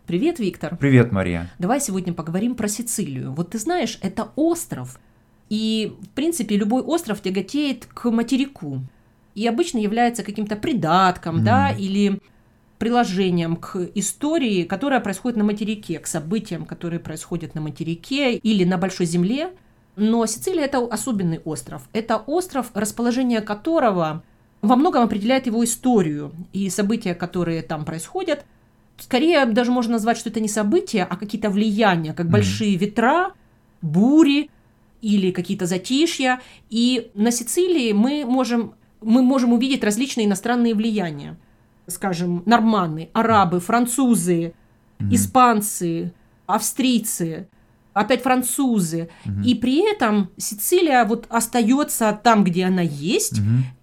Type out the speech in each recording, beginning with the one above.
Привет, Виктор. Привет, Мария. Давай сегодня поговорим про Сицилию. Вот ты знаешь, это остров, и, в принципе, любой остров тяготеет к материку. И обычно является каким-то придатком, да, или приложением к истории, которая происходит на материке, к событиям, которые происходят на материке или на Большой Земле. Но Сицилия – это особенный остров. Это остров, расположение которого во многом определяет его историю и события, которые там происходят. Скорее даже можно назвать, что это не события, а какие-то влияния, как большие ветра, бури или какие-то затишья. И на Сицилии мы можем увидеть различные иностранные влияния. Скажем, норманы, арабы, французы, испанцы, австрийцы, опять французы. И при этом Сицилия вот остается там, где она есть,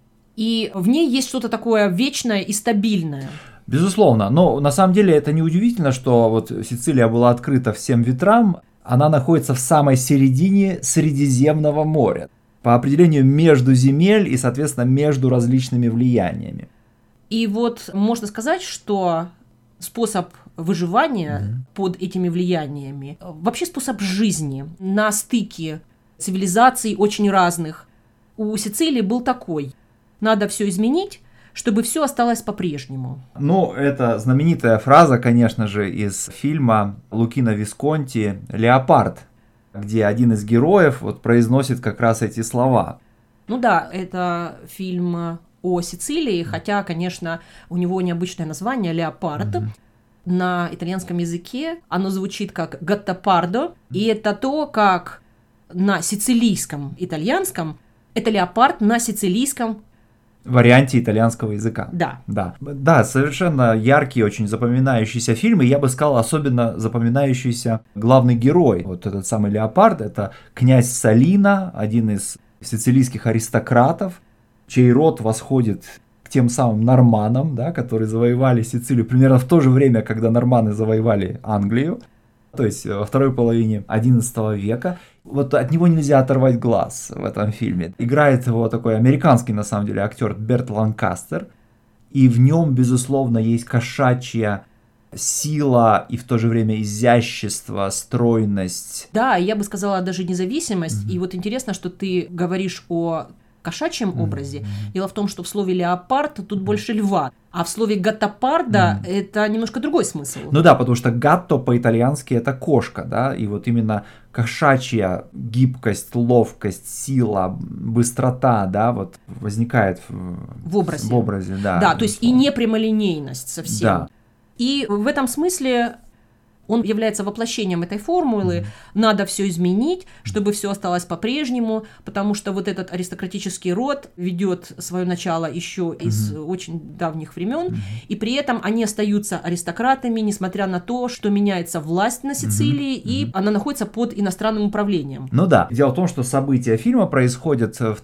и в ней есть что-то такое вечное и стабильное. Безусловно, но на самом деле это не удивительно, что вот Сицилия была открыта всем ветрам, она находится в самой середине Средиземного моря, по определению между земель и, соответственно, между различными влияниями. И вот можно сказать, что способ выживания под этими влияниями, вообще способ жизни на стыке цивилизаций очень разных, у Сицилии был такой. Надо все изменить, чтобы все осталось по-прежнему. Ну, это знаменитая фраза, конечно же, из фильма Лукино Висконти «Леопард», где один из героев вот произносит как раз эти слова. Ну да, это фильм о Сицилии, хотя, конечно, у него необычное название «Леопард». На итальянском языке оно звучит как «гаттапардо», и это то, как на сицилийском итальянском это «леопард» на сицилийском варианте итальянского языка. Да, совершенно яркий, очень запоминающийся фильм, и я бы сказал, особенно запоминающийся главный герой. Вот этот самый Леопард, это князь Салино, один из сицилийских аристократов, чей род восходит к тем самым норманам, да, которые завоевали Сицилию примерно в то же время, когда норманы завоевали Англию, то есть во второй половине XI века. Вот от него нельзя оторвать глаз в этом фильме. Играет его такой американский, на самом деле, актер Берт Ланкастер. И в нем, безусловно, есть кошачья сила и в то же время изящество, стройность. Да, я бы сказала даже независимость. И вот интересно, что ты говоришь о кошачьем образе. Дело в том, что в слове «леопард» тут больше льва, а в слове «гаттапардо» это немножко другой смысл. Ну да, потому что «гатто» по-итальянски это кошка, да, и вот именно кошачья гибкость, ловкость, сила, быстрота, да, вот возникает в образе, да. Да, то есть и не прямолинейность совсем. Да. И в этом смысле он является воплощением этой формулы. Надо все изменить, чтобы все осталось по-прежнему, потому что вот этот аристократический род ведет свое начало еще из очень давних времен, и при этом они остаются аристократами, несмотря на то, что меняется власть на Сицилии, и она находится под иностранным управлением. Ну да. Дело в том, что события фильма происходят в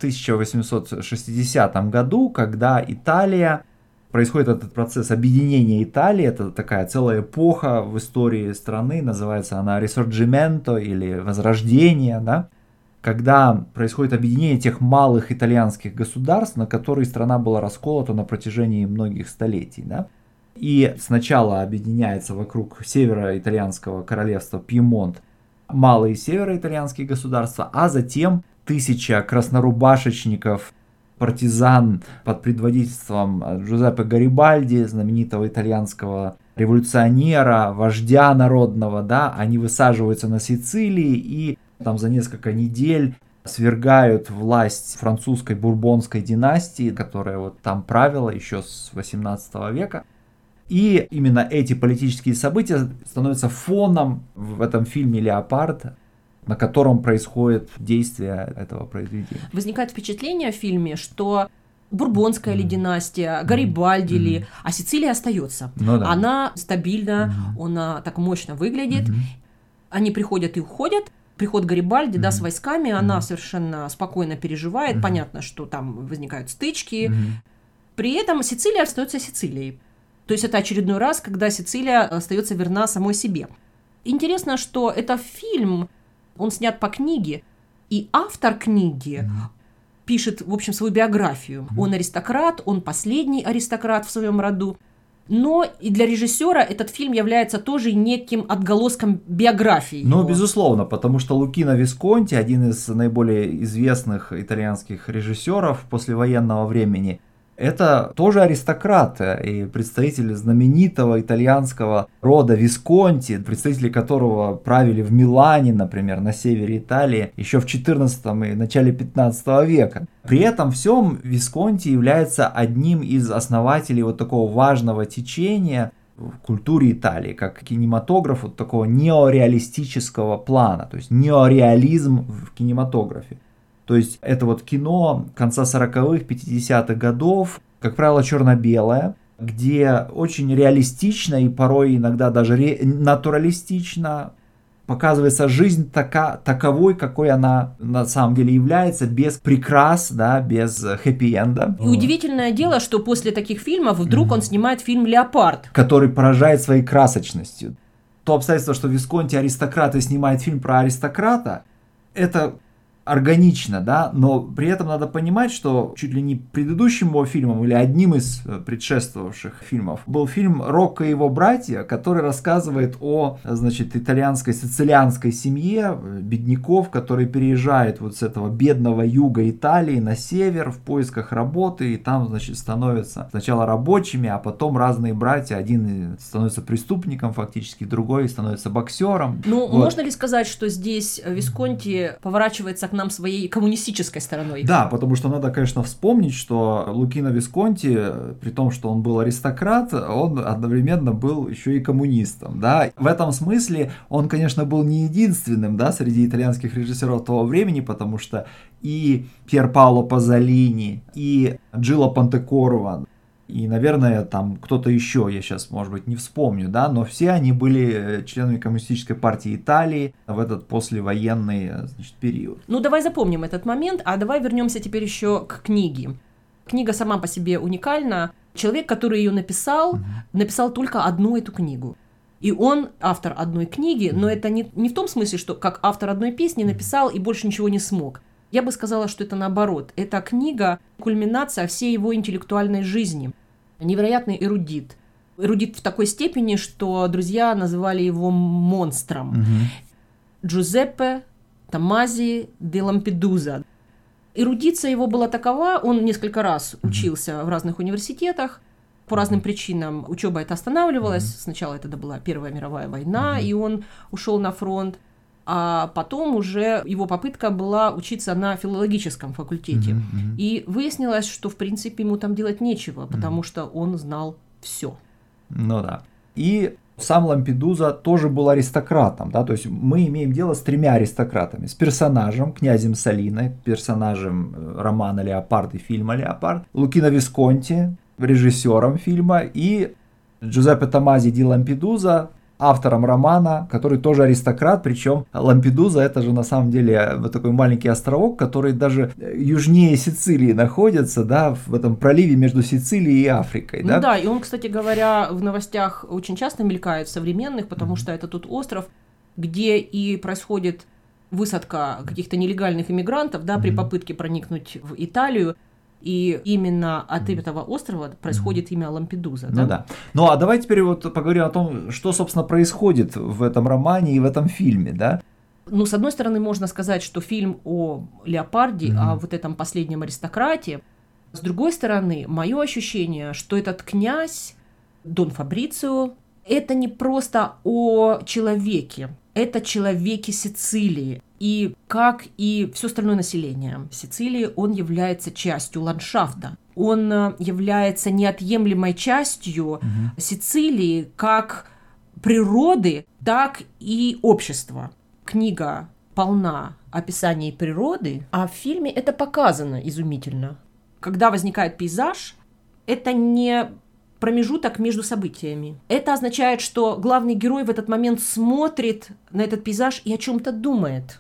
1860 году, когда Италия... Происходит этот процесс объединения Италии, это такая целая эпоха в истории страны, называется она Рисорджименто или Возрождение, да? Когда происходит объединение тех малых итальянских государств, на которые страна была расколота на протяжении многих столетий. Да? И сначала объединяется вокруг североитальянского королевства Пьемонт малые североитальянские государства, а затем 1000 краснорубашечников, партизан под предводительством Джузеппе Гарибальди, знаменитого итальянского революционера, вождя народного, да, они высаживаются на Сицилии и там за несколько недель свергают власть французской бурбонской династии, которая вот там правила еще с 18 века. И именно эти политические события становятся фоном в этом фильме «Леопард», на котором происходит действие этого произведения. Возникает впечатление в фильме, что бурбонская ли династия, Гарибальди ли, а Сицилия остается. Ну, да. Она стабильна, она так мощно выглядит. Они приходят и уходят. Приход Гарибальди, да, с войсками, она совершенно спокойно переживает. Понятно, что там возникают стычки. При этом Сицилия остается Сицилией. То есть это очередной раз, когда Сицилия остается верна самой себе. Интересно, что это фильм... Он снят по книге, и автор книги пишет, в общем, свою биографию. Он аристократ, он последний аристократ в своем роду. Но и для режиссера этот фильм является тоже неким отголоском биографии. Ну, его. безусловно, потому что Лукино Висконти, один из наиболее известных итальянских режиссеров послевоенного времени, это тоже аристократ и представитель знаменитого итальянского рода Висконти, представители которого правили в Милане, например, на севере Италии, еще в XIV и начале XV века. При этом всем Висконти является одним из основателей вот такого важного течения в культуре Италии, как кинематограф вот такого неореалистического плана, то есть неореализм в кинематографе. То есть это вот кино конца 40-х, 50-х годов, как правило, черно-белое, где очень реалистично и порой иногда даже натуралистично показывается жизнь таковой, какой она на самом деле является, без прикрас, да, без хэппи-энда. И удивительное дело, что после таких фильмов вдруг он снимает фильм «Леопард», который поражает своей красочностью. То обстоятельство, что Висконти аристократ и снимает фильм про аристократа, это органично, да, но при этом надо понимать, что чуть ли не предыдущим его фильмом или одним из предшествовавших фильмов был фильм «Рокко и его братья», который рассказывает о, значит, итальянской сицилианской семье бедняков, которые переезжают вот с этого бедного юга Италии на север в поисках работы, и там, значит, становятся сначала рабочими, а потом разные братья, один становится преступником фактически, другой становится боксером. Ну, вот. Можно ли сказать, что здесь Висконти поворачивается к нам своей коммунистической стороной? Да, потому что надо, конечно, вспомнить, что Лукино Висконти, при том, что он был аристократ, он одновременно был еще и коммунистом, да. В этом смысле он, конечно, был не единственным, да, среди итальянских режиссеров того времени, потому что и Пьер Паоло Пазолини, и Джило Понтекорво, и, наверное, там кто-то еще, я сейчас, может быть, не вспомню, да, но все они были членами Коммунистической партии Италии в этот послевоенный, значит, период. Ну, давай запомним этот момент, а давай вернемся теперь еще к книге. Книга сама по себе уникальна. Человек, который ее написал, написал только одну эту книгу. И он автор одной книги, но это не в том смысле, что как автор одной песни написал и больше ничего не смог. Я бы сказала, что это наоборот. Эта книга – кульминация всей его интеллектуальной жизни. Невероятный эрудит. Эрудит в такой степени, что друзья называли его монстром. Джузеппе Томмазо де Лампедуза. Эрудиция его была такова, он несколько раз учился в разных университетах. По разным причинам учеба эта останавливалась. Сначала это была Первая мировая война, и он ушел на фронт. А потом уже его попытка была учиться на филологическом факультете. И выяснилось, что, в принципе, ему там делать нечего, потому что он знал все. Ну да. И сам Лампедуза тоже был аристократом, да, то есть мы имеем дело с тремя аристократами. С персонажем, князем Салино, персонажем романа «Леопард» и фильма «Леопард», Лукино Висконти, режиссером фильма, и Джузеппе Томмазо ди Лампедуза, автором романа, который тоже аристократ, причем Лампедуза это же на самом деле вот такой маленький островок, который даже южнее Сицилии находится, да, в этом проливе между Сицилией и Африкой. Ну да, и он, кстати говоря, в новостях очень часто мелькает, в современных, потому что это тот остров, где и происходит высадка каких-то нелегальных иммигрантов, да, при попытке проникнуть в Италию. И именно от этого острова происходит имя Лампедуза. Ну да. Ну а давай теперь вот поговорим о том, что, собственно, происходит в этом романе и в этом фильме, да? Ну, с одной стороны, можно сказать, что фильм о Леопарде, о вот этом последнем аристократе. С другой стороны, мое ощущение, что этот князь, Дон Фабрицио, это не просто о человеке, это человеке Сицилии. И как и все остальное население Сицилии, он является частью ландшафта. Он является неотъемлемой частью Сицилии как природы, так и общества. Книга полна описаний природы, а в фильме это показано изумительно. Когда возникает пейзаж, это не промежуток между событиями. Это означает, что главный герой в этот момент смотрит на этот пейзаж и о чем-то думает.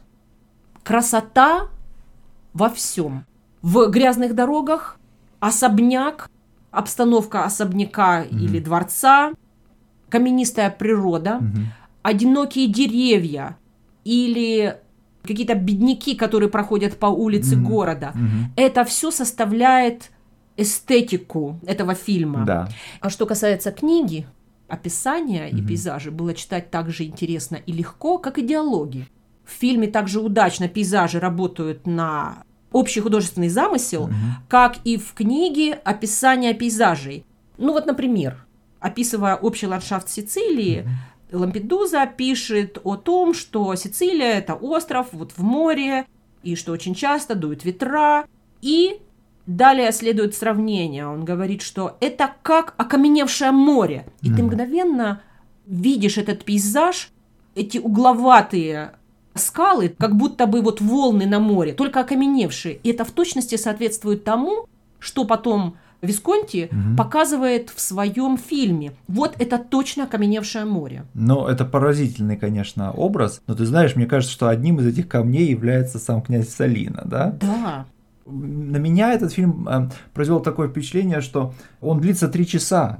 Красота во всем. В грязных дорогах, особняк, обстановка особняка или дворца, каменистая природа, одинокие деревья или какие-то бедняки, которые проходят по улице города. Это все составляет эстетику этого фильма. Да. А что касается книги, описание и пейзажи было читать так же интересно и легко, как и диалоги. В фильме также удачно пейзажи работают на общий художественный замысел, как и в книге описание пейзажей. Ну вот, например, описывая общий ландшафт Сицилии, Лампедуза пишет о том, что Сицилия – это остров вот в море, и что очень часто дуют ветра. И далее следует сравнение. Он говорит, что это как окаменевшее море. И ты мгновенно видишь этот пейзаж, эти угловатые скалы, как будто бы вот волны на море, только окаменевшие. И это в точности соответствует тому, что потом Висконти показывает в своем фильме. Вот это точно окаменевшее море. Ну, это поразительный, конечно, образ. Но ты знаешь, мне кажется, что одним из этих камней является сам князь Салина, да? Да. На меня этот фильм произвел такое впечатление, что он длится 3 часа.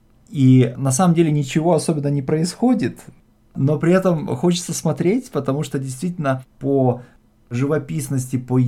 И на самом деле ничего особенно не происходит. Но при этом хочется смотреть, потому что действительно по живописности, по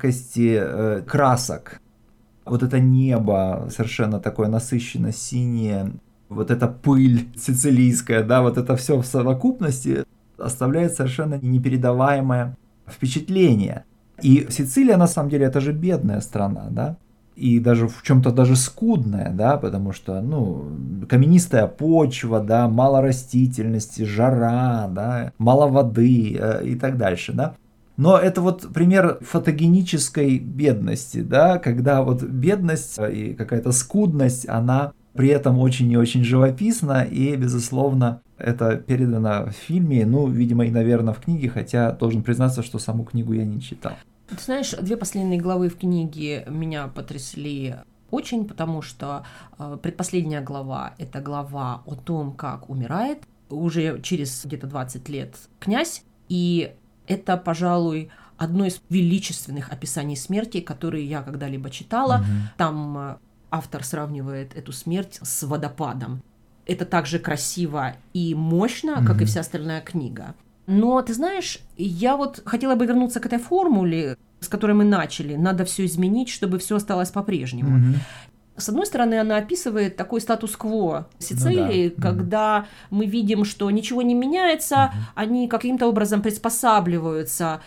яркости красок, вот это небо совершенно такое насыщенно синее, вот эта пыль сицилийская, да, вот это все в совокупности оставляет совершенно непередаваемое впечатление. И Сицилия, на самом деле, это же бедная страна, да, и даже в чем-то даже скудная, да, потому что, ну, каменистая почва, да, мало растительности, жара, да, мало воды и так дальше, да. Но это вот пример фотогенической бедности, да, когда вот бедность и какая-то скудность, она при этом очень и очень живописна, и, безусловно, это передано в фильме, ну, видимо, и, наверное, в книге, хотя должен признаться, что саму книгу я не читал. Ты знаешь, 2 последние главы в книге меня потрясли очень, потому что предпоследняя глава – это глава о том, как умирает уже через где-то 20 лет князь, и это, пожалуй, одно из величественных описаний смерти, которые я когда-либо читала. Там автор сравнивает эту смерть с водопадом. Это также красиво и мощно, как и вся остальная книга. Но, ты знаешь, я вот хотела бы вернуться к этой формуле, с которой мы начали. Надо все изменить, чтобы все осталось по-прежнему. С одной стороны, она описывает такой статус-кво Сицилии, когда мы видим, что ничего не меняется, они каким-то образом приспосабливаются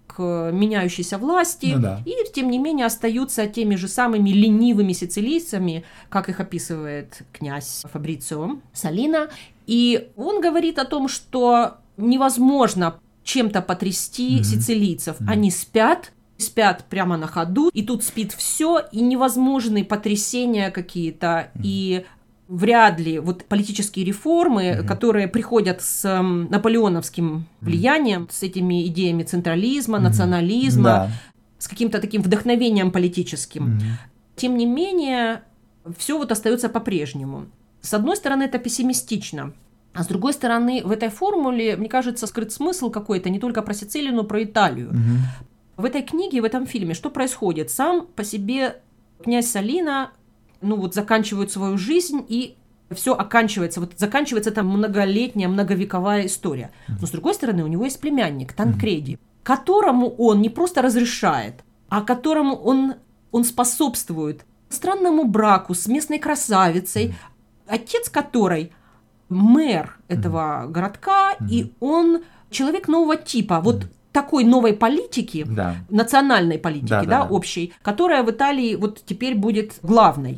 к меняющейся власти, и, тем не менее, остаются теми же самыми ленивыми сицилийцами, как их описывает князь Фабрицио Салина. И он говорит о том, что невозможно чем-то потрясти сицилийцев. Они спят прямо на ходу, и тут спит все, и невозможны потрясения какие-то, и вряд ли вот политические реформы, которые приходят с наполеоновским влиянием, с этими идеями централизма, национализма, с каким-то таким вдохновением политическим. Тем не менее, все вот остается по-прежнему. С одной стороны, это пессимистично. А с другой стороны, в этой формуле, мне кажется, скрыт смысл какой-то не только про Сицилию, но про Италию. В этой книге, в этом фильме, что происходит? Сам по себе князь Салина, ну вот, заканчивает свою жизнь, и все оканчивается. Вот заканчивается эта многолетняя, многовековая история. Но, с другой стороны, у него есть племянник Танкреди, которому он не просто разрешает, а которому он способствует странному браку с местной красавицей, отец которой мэр этого городка, и он человек нового типа. Вот такой новой политики, национальной политики, общей, которая в Италии вот теперь будет главной.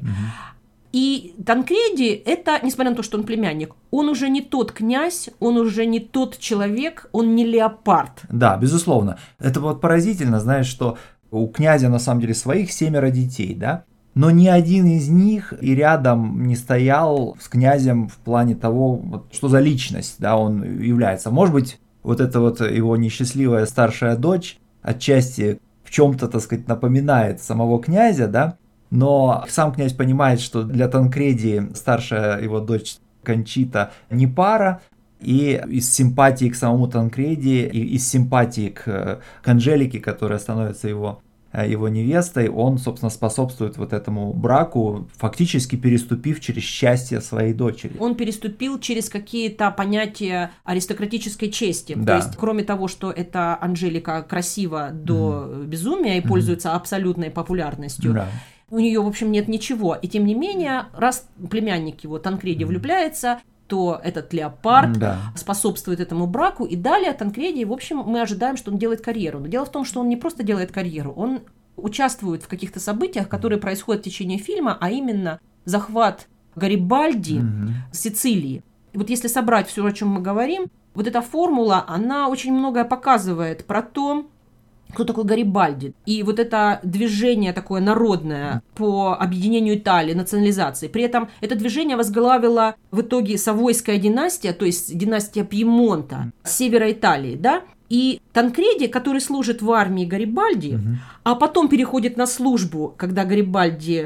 И Танкреди – это, несмотря на то, что он племянник, он уже не тот князь, он уже не тот человек, он не леопард. Да, безусловно. Это вот поразительно, знаешь, что у князя на самом деле своих 7 детей, да? Но ни один из них и рядом не стоял с князем в плане того, вот, что за личность, да, он является. Может быть, вот эта вот его несчастливая старшая дочь отчасти в чем-то, так сказать, напоминает самого князя, да, но сам князь понимает, что для Танкреди старшая его дочь Кончита не пара, и из симпатии к самому Танкреди, и из симпатии к Анжелике, которая становится его невестой, он, собственно, способствует вот этому браку, фактически переступив через счастье своей дочери. Он переступил через какие-то понятия аристократической чести. То есть, кроме того, что эта Анжелика красива до безумия и пользуется абсолютной популярностью, у нее, в общем, нет ничего. И тем не менее, раз племянник его Танкреди влюбляется, то этот леопард способствует этому браку. И далее Танкреди, в общем, мы ожидаем, что он делает карьеру. Но дело в том, что он не просто делает карьеру, он участвует в каких-то событиях, которые происходят в течение фильма, а именно захват Гарибальди Сицилии. И вот если собрать все, о чем мы говорим, вот эта формула, она очень многое показывает про то, кто такой Гарибальди. И вот это движение такое народное по объединению Италии, национализации. При этом это движение возглавила в итоге Савойская династия, то есть династия Пьемонта, с севера Италии, да? И Танкреди, который служит в армии Гарибальди, а потом переходит на службу, когда Гарибальди...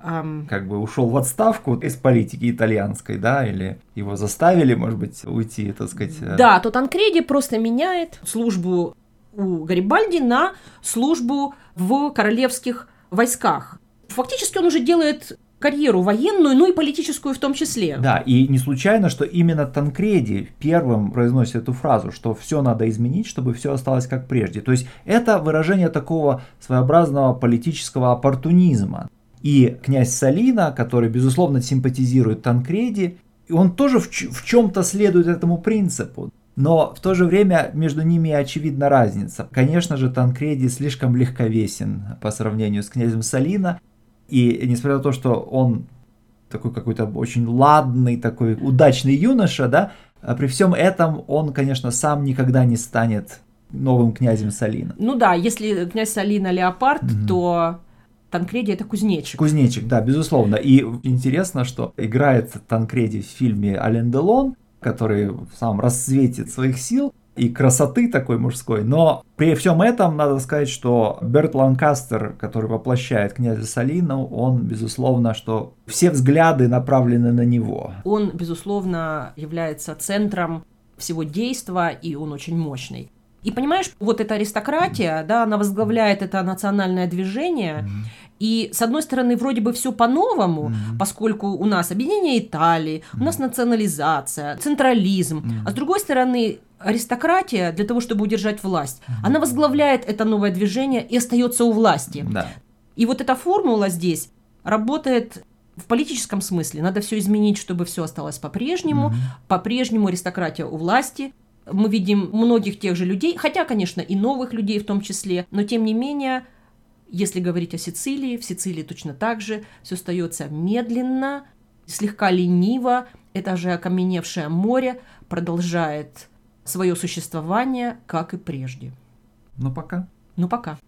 как бы ушел в отставку из политики итальянской, да, или его заставили, может быть, уйти, так сказать. Да, то Танкреди просто меняет службу у Гарибальди на службу в королевских войсках. Фактически он уже делает карьеру военную, ну и политическую в том числе. Да, и не случайно, что именно Танкреди первым произносит эту фразу, что все надо изменить, чтобы все осталось как прежде. То есть это выражение такого своеобразного политического оппортунизма. И князь Салина, который, безусловно, симпатизирует Танкреди, он тоже в чем-то следует этому принципу. Но в то же время между ними очевидна разница. Конечно же, Танкреди слишком легковесен по сравнению с князем Салина. И несмотря на то, что он такой какой-то очень ладный, такой удачный юноша, да, при всем этом он, конечно, сам никогда не станет новым князем Салина. Ну да, если князь Салина леопард, то Танкреди это кузнечик. Кузнечик, да, безусловно. И интересно, что играет Танкреди в фильме Ален Делон, который в самом расцвете своих сил и красоты такой мужской. Но при всем этом надо сказать, что Берт Ланкастер, который воплощает князя Салина, он, безусловно, что все взгляды направлены на него. Он, безусловно, является центром всего действа, и он очень мощный. И понимаешь, вот эта аристократия, да, она возглавляет это национальное движение, и, с одной стороны, вроде бы все по-новому, поскольку у нас объединение Италии, у нас национализация, централизм, а с другой стороны, аристократия для того, чтобы удержать власть, она возглавляет это новое движение и остается у власти. Да. И вот эта формула здесь работает в политическом смысле. Надо все изменить, чтобы все осталось по-прежнему. По-прежнему аристократия у власти. Мы видим многих тех же людей, хотя, конечно, и новых людей в том числе, но тем не менее, если говорить о Сицилии, в Сицилии точно так же все остается медленно, слегка лениво, это же окаменевшее море продолжает свое существование, как и прежде. Ну пока. Ну пока.